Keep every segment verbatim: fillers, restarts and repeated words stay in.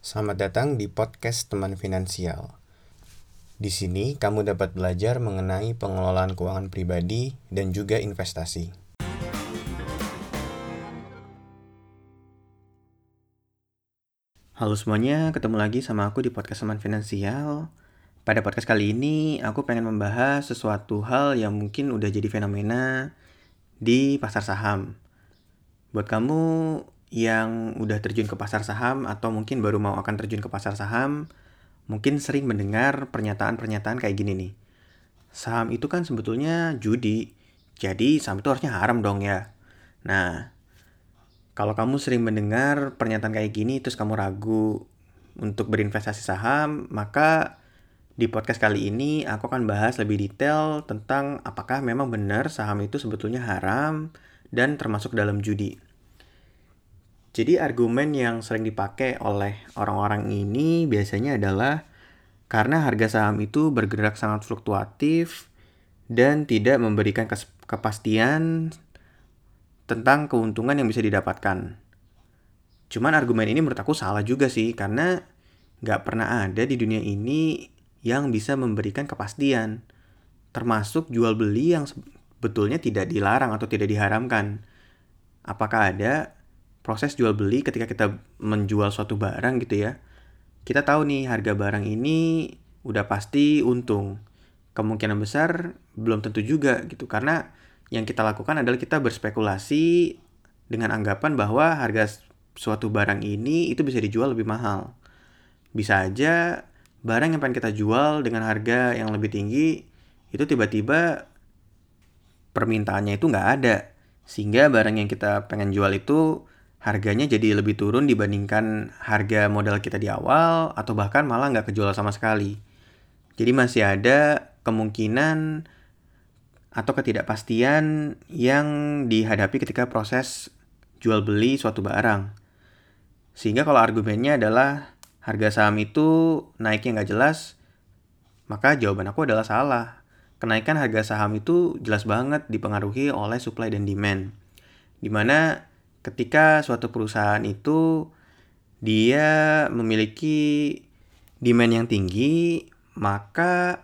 Selamat datang di podcast Teman Finansial. Di sini kamu dapat belajar mengenai pengelolaan keuangan pribadi dan juga investasi. Halo semuanya, ketemu lagi sama aku di podcast Teman Finansial. Pada podcast kali ini, aku pengen membahas sesuatu hal yang mungkin udah jadi fenomena di pasar saham. Buat kamu yang udah terjun ke pasar saham atau mungkin baru mau akan terjun ke pasar saham, mungkin sering mendengar pernyataan-pernyataan kayak gini nih. Saham itu kan sebetulnya judi, jadi saham itu harusnya haram dong ya. Nah, kalau kamu sering mendengar pernyataan kayak gini terus kamu ragu untuk berinvestasi saham, maka di podcast kali ini aku akan bahas lebih detail tentang apakah memang benar saham itu sebetulnya haram dan termasuk dalam judi. Jadi argumen yang sering dipakai oleh orang-orang ini biasanya adalah karena harga saham itu bergerak sangat fluktuatif dan tidak memberikan kes- kepastian tentang keuntungan yang bisa didapatkan. Cuman argumen ini menurut aku salah juga sih, karena nggak pernah ada di dunia ini yang bisa memberikan kepastian, termasuk jual beli yang sebetulnya tidak dilarang atau tidak diharamkan. Apakah ada proses jual beli ketika kita menjual suatu barang gitu ya? Kita tahu nih harga barang ini udah pasti untung. Kemungkinan besar belum tentu juga gitu, karena yang kita lakukan adalah kita berspekulasi dengan anggapan bahwa harga suatu barang ini itu bisa dijual lebih mahal. Bisa aja barang yang pengen kita jual dengan harga yang lebih tinggi itu tiba-tiba permintaannya itu nggak ada, sehingga barang yang kita pengen jual itu harganya jadi lebih turun dibandingkan harga modal kita di awal, atau bahkan malah nggak kejual sama sekali. Jadi masih ada kemungkinan atau ketidakpastian yang dihadapi ketika proses jual beli suatu barang. Sehingga kalau argumennya adalah harga saham itu naiknya nggak jelas, maka jawaban aku adalah salah. Kenaikan harga saham itu jelas banget dipengaruhi oleh supply dan demand. Dimana ketika suatu perusahaan itu dia memiliki demand yang tinggi, maka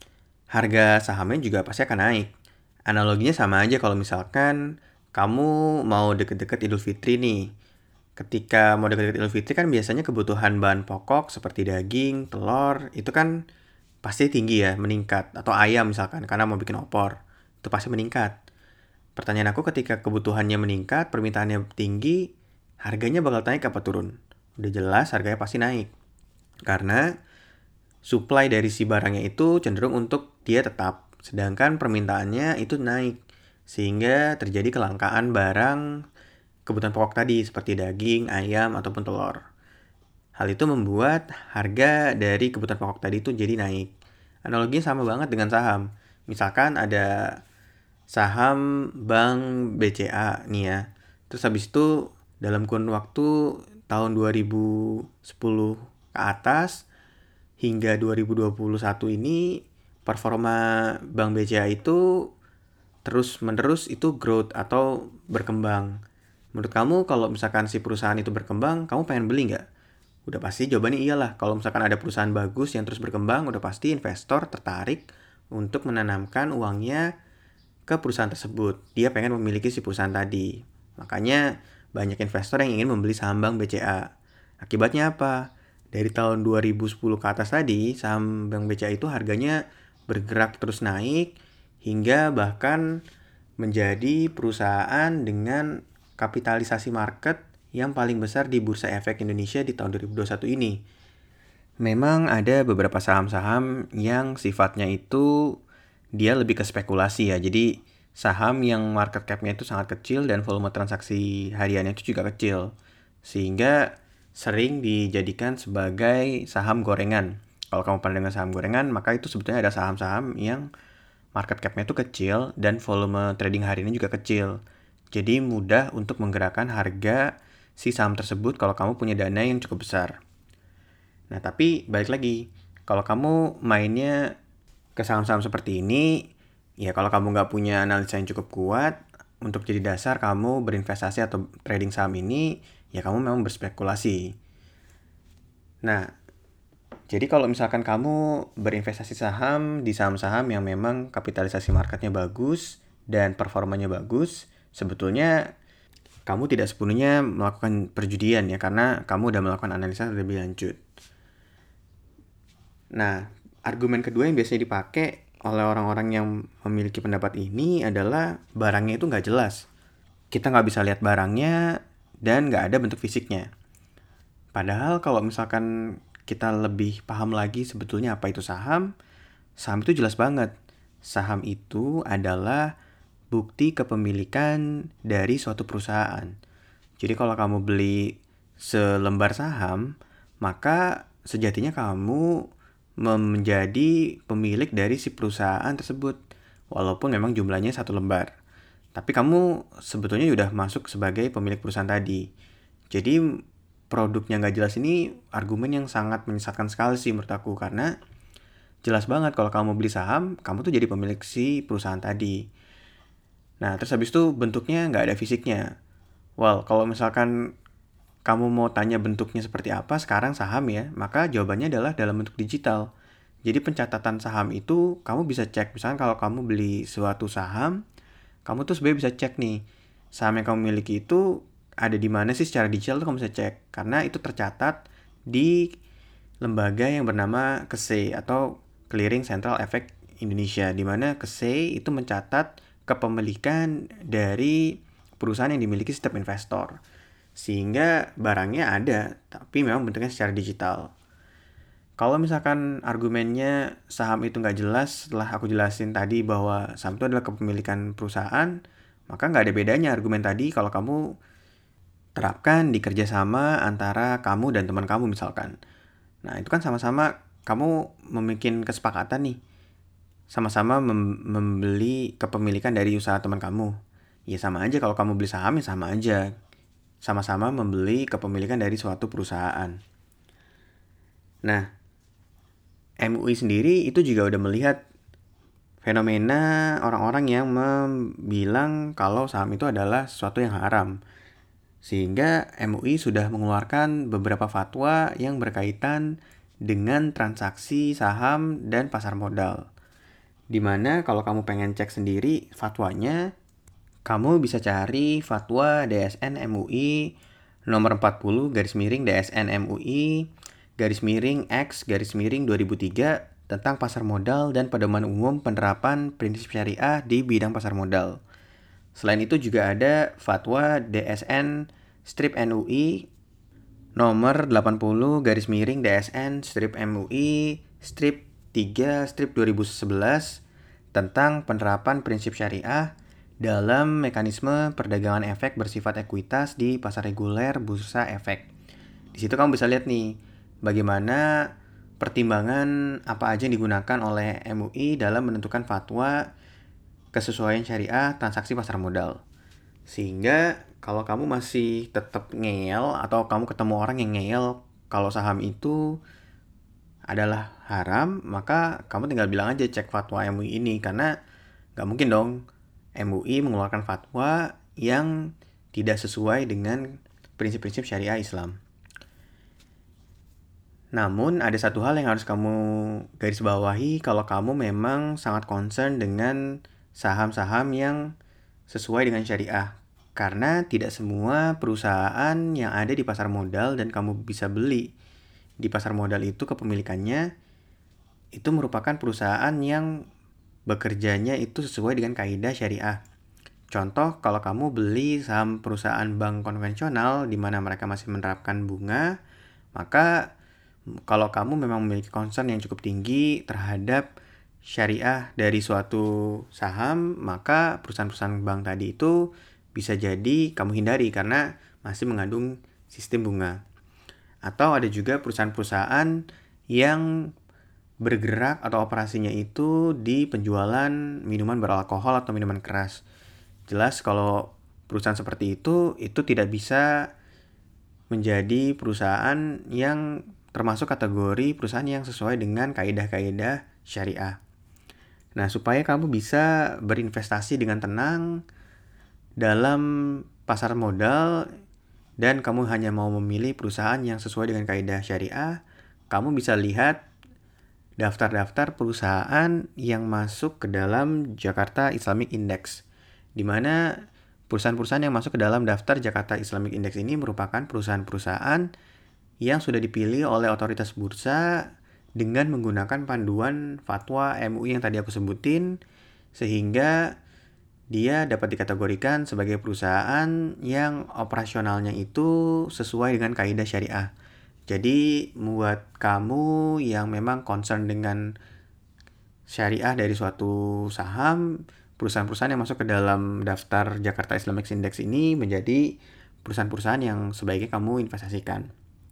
harga sahamnya juga pasti akan naik. Analoginya sama aja kalau misalkan kamu mau deket-deket Idul Fitri nih. Ketika mau deket-deket Idul Fitri kan biasanya kebutuhan bahan pokok seperti daging, telur, itu kan pasti tinggi ya, meningkat. Atau ayam misalkan, karena mau bikin opor, itu pasti meningkat. Pertanyaan aku, ketika kebutuhannya meningkat, permintaannya tinggi, harganya bakal naik apa turun? Udah jelas harganya pasti naik. Karena supply dari si barangnya itu cenderung untuk dia tetap, sedangkan permintaannya itu naik. Sehingga terjadi kelangkaan barang kebutuhan pokok tadi seperti daging, ayam, ataupun telur. Hal itu membuat harga dari kebutuhan pokok tadi itu jadi naik. Analoginya sama banget dengan saham. Misalkan ada saham Bank B C A nih ya. Terus habis itu dalam kurun waktu tahun dua ribu sepuluh ke atas hingga dua ribu dua puluh satu ini performa Bank B C A itu terus-menerus itu growth atau berkembang. Menurut kamu kalau misalkan si perusahaan itu berkembang, kamu pengen beli nggak? Udah pasti jawabannya iyalah. Kalau misalkan ada perusahaan bagus yang terus berkembang, udah pasti investor tertarik untuk menanamkan uangnya ke perusahaan tersebut. Dia pengen memiliki si perusahaan tadi. Makanya banyak investor yang ingin membeli saham Bank B C A. Akibatnya apa? Dari tahun dua ribu sepuluh ke atas tadi, saham Bank B C A itu harganya bergerak terus naik hingga bahkan menjadi perusahaan dengan kapitalisasi market yang paling besar di Bursa Efek Indonesia di tahun dua ribu dua puluh satu ini. Memang ada beberapa saham-saham yang sifatnya itu dia lebih ke spekulasi ya. Jadi saham yang market cap-nya itu sangat kecil dan volume transaksi hariannya itu juga kecil. Sehingga sering dijadikan sebagai saham gorengan. Kalau kamu pernah dengar saham gorengan, maka itu sebetulnya ada saham-saham yang market cap-nya itu kecil dan volume trading hariannya juga kecil. Jadi mudah untuk menggerakkan harga si saham tersebut kalau kamu punya dana yang cukup besar. Nah, tapi balik lagi, kalau kamu mainnya ke saham-saham seperti ini, ya kalau kamu nggak punya analisa yang cukup kuat untuk jadi dasar kamu berinvestasi atau trading saham ini, ya kamu memang berspekulasi. Nah, jadi kalau misalkan kamu berinvestasi saham di saham-saham yang memang kapitalisasi marketnya bagus dan performanya bagus, sebetulnya kamu tidak sepenuhnya melakukan perjudian ya, karena kamu udah melakukan analisa lebih lanjut. Nah, argumen kedua yang biasanya dipakai oleh orang-orang yang memiliki pendapat ini adalah barangnya itu nggak jelas. Kita nggak bisa lihat barangnya dan nggak ada bentuk fisiknya. Padahal kalau misalkan kita lebih paham lagi sebetulnya apa itu saham, saham itu jelas banget. Saham itu adalah bukti kepemilikan dari suatu perusahaan. Jadi kalau kamu beli selembar saham, maka sejatinya kamu menjadi pemilik dari si perusahaan tersebut. Walaupun memang jumlahnya satu lembar. Tapi kamu sebetulnya sudah masuk sebagai pemilik perusahaan tadi. Jadi produknya nggak jelas ini argumen yang sangat menyesatkan sekali sih menurut aku. Karena jelas banget kalau kamu beli saham, kamu tuh jadi pemilik si perusahaan tadi. Nah, terus habis itu bentuknya nggak ada fisiknya. Well, kalau misalkan kamu mau tanya bentuknya seperti apa sekarang saham ya, maka jawabannya adalah dalam bentuk digital. Jadi pencatatan saham itu kamu bisa cek. Misalkan kalau kamu beli suatu saham, kamu tuh sebenarnya bisa cek nih, saham yang kamu miliki itu ada di mana sih secara digital tuh kamu bisa cek. Karena itu tercatat di lembaga yang bernama K S E I atau Clearing Central Efek Indonesia, di mana K S E I itu mencatat kepemilikan dari perusahaan yang dimiliki setiap investor. Sehingga barangnya ada, tapi memang bentuknya secara digital. Kalau misalkan argumennya saham itu nggak jelas, setelah aku jelasin tadi bahwa saham itu adalah kepemilikan perusahaan, maka nggak ada bedanya argumen tadi kalau kamu terapkan di kerjasama antara kamu dan teman kamu misalkan. Nah, itu kan sama-sama kamu membuat kesepakatan nih. Sama-sama mem- membeli kepemilikan dari usaha teman kamu. Ya sama aja kalau kamu beli saham ya sama aja. Sama-sama membeli kepemilikan dari suatu perusahaan. Nah, M U I sendiri itu juga udah melihat fenomena orang-orang yang bilang kalau saham itu adalah sesuatu yang haram. Sehingga M U I sudah mengeluarkan beberapa fatwa yang berkaitan dengan transaksi saham dan pasar modal. Dimana kalau kamu pengen cek sendiri fatwanya, kamu bisa cari fatwa D S N M U I nomor empat puluh garis miring D S N M U I garis miring X garis miring dua ribu tiga tentang pasar modal dan pedoman umum penerapan prinsip syariah di bidang pasar modal. Selain itu juga ada fatwa D S N strip N U I nomor delapan puluh garis miring D S N strip M U I strip tiga strip dua ribu sebelas tentang penerapan prinsip syariah dalam mekanisme perdagangan efek bersifat ekuitas di pasar reguler bursa efek. Di situ kamu bisa lihat nih bagaimana pertimbangan apa aja yang digunakan oleh M U I dalam menentukan fatwa kesesuaian syariah transaksi pasar modal. Sehingga kalau kamu masih tetap ngeyel atau kamu ketemu orang yang ngeyel kalau saham itu adalah haram, maka kamu tinggal bilang aja cek fatwa M U I ini, karena gak mungkin dong M U I mengeluarkan fatwa yang tidak sesuai dengan prinsip-prinsip syariah Islam. Namun ada satu hal yang harus kamu garis bawahi kalau kamu memang sangat concern dengan saham-saham yang sesuai dengan syariah. Karena tidak semua perusahaan yang ada di pasar modal dan kamu bisa beli di pasar modal itu kepemilikannya itu merupakan perusahaan yang bekerjanya itu sesuai dengan kaidah syariah. Contoh, kalau kamu beli saham perusahaan bank konvensional di mana mereka masih menerapkan bunga, maka kalau kamu memang memiliki concern yang cukup tinggi terhadap syariah dari suatu saham, maka perusahaan-perusahaan bank tadi itu bisa jadi kamu hindari karena masih mengandung sistem bunga. Atau ada juga perusahaan-perusahaan yang bergerak atau operasinya itu di penjualan minuman beralkohol atau minuman keras. Jelas kalau perusahaan seperti itu, itu tidak bisa menjadi perusahaan yang termasuk kategori perusahaan yang sesuai dengan kaidah-kaidah syariah. Nah, supaya kamu bisa berinvestasi dengan tenang dalam pasar modal dan kamu hanya mau memilih perusahaan yang sesuai dengan kaidah syariah, kamu bisa lihat daftar-daftar perusahaan yang masuk ke dalam Jakarta Islamic Index, di mana perusahaan-perusahaan yang masuk ke dalam daftar Jakarta Islamic Index ini merupakan perusahaan-perusahaan yang sudah dipilih oleh otoritas bursa dengan menggunakan panduan fatwa M U I yang tadi aku sebutin, sehingga dia dapat dikategorikan sebagai perusahaan yang operasionalnya itu sesuai dengan kaidah syariah. Jadi buat kamu yang memang concern dengan syariah dari suatu saham, perusahaan-perusahaan yang masuk ke dalam daftar Jakarta Islamic Index ini menjadi perusahaan-perusahaan yang sebaiknya kamu investasikan.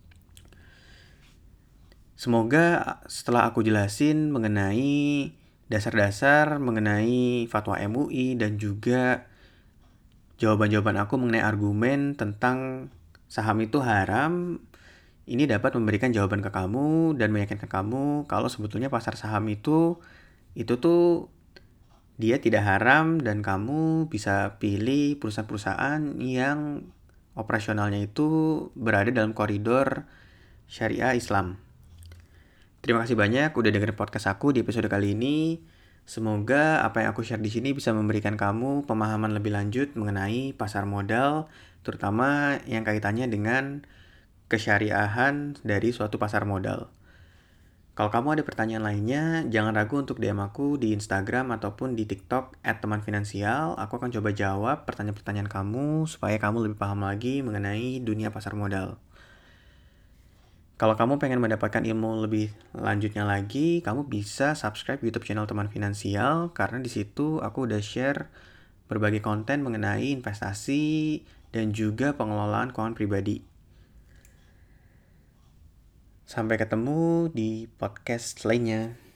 Semoga setelah aku jelasin mengenai dasar-dasar mengenai fatwa M U I dan juga jawaban-jawaban aku mengenai argumen tentang saham itu haram, ini dapat memberikan jawaban ke kamu dan meyakinkan kamu kalau sebetulnya pasar saham itu itu tuh dia tidak haram dan kamu bisa pilih perusahaan-perusahaan yang operasionalnya itu berada dalam koridor syariah Islam. Terima kasih banyak udah dengerin podcast aku di episode kali ini. Semoga apa yang aku share di sini bisa memberikan kamu pemahaman lebih lanjut mengenai pasar modal, terutama yang kaitannya dengan kesyariahan dari suatu pasar modal. Kalau kamu ada pertanyaan lainnya, jangan ragu untuk D M aku di Instagram ataupun di TikTok at teman finansial. Aku akan coba jawab pertanyaan-pertanyaan kamu supaya kamu lebih paham lagi mengenai dunia pasar modal. Kalau kamu pengen mendapatkan ilmu lebih lanjutnya lagi, kamu bisa subscribe YouTube channel Teman Finansial karena di situ aku udah share berbagai konten mengenai investasi dan juga pengelolaan keuangan pribadi. Sampai ketemu di podcast lainnya.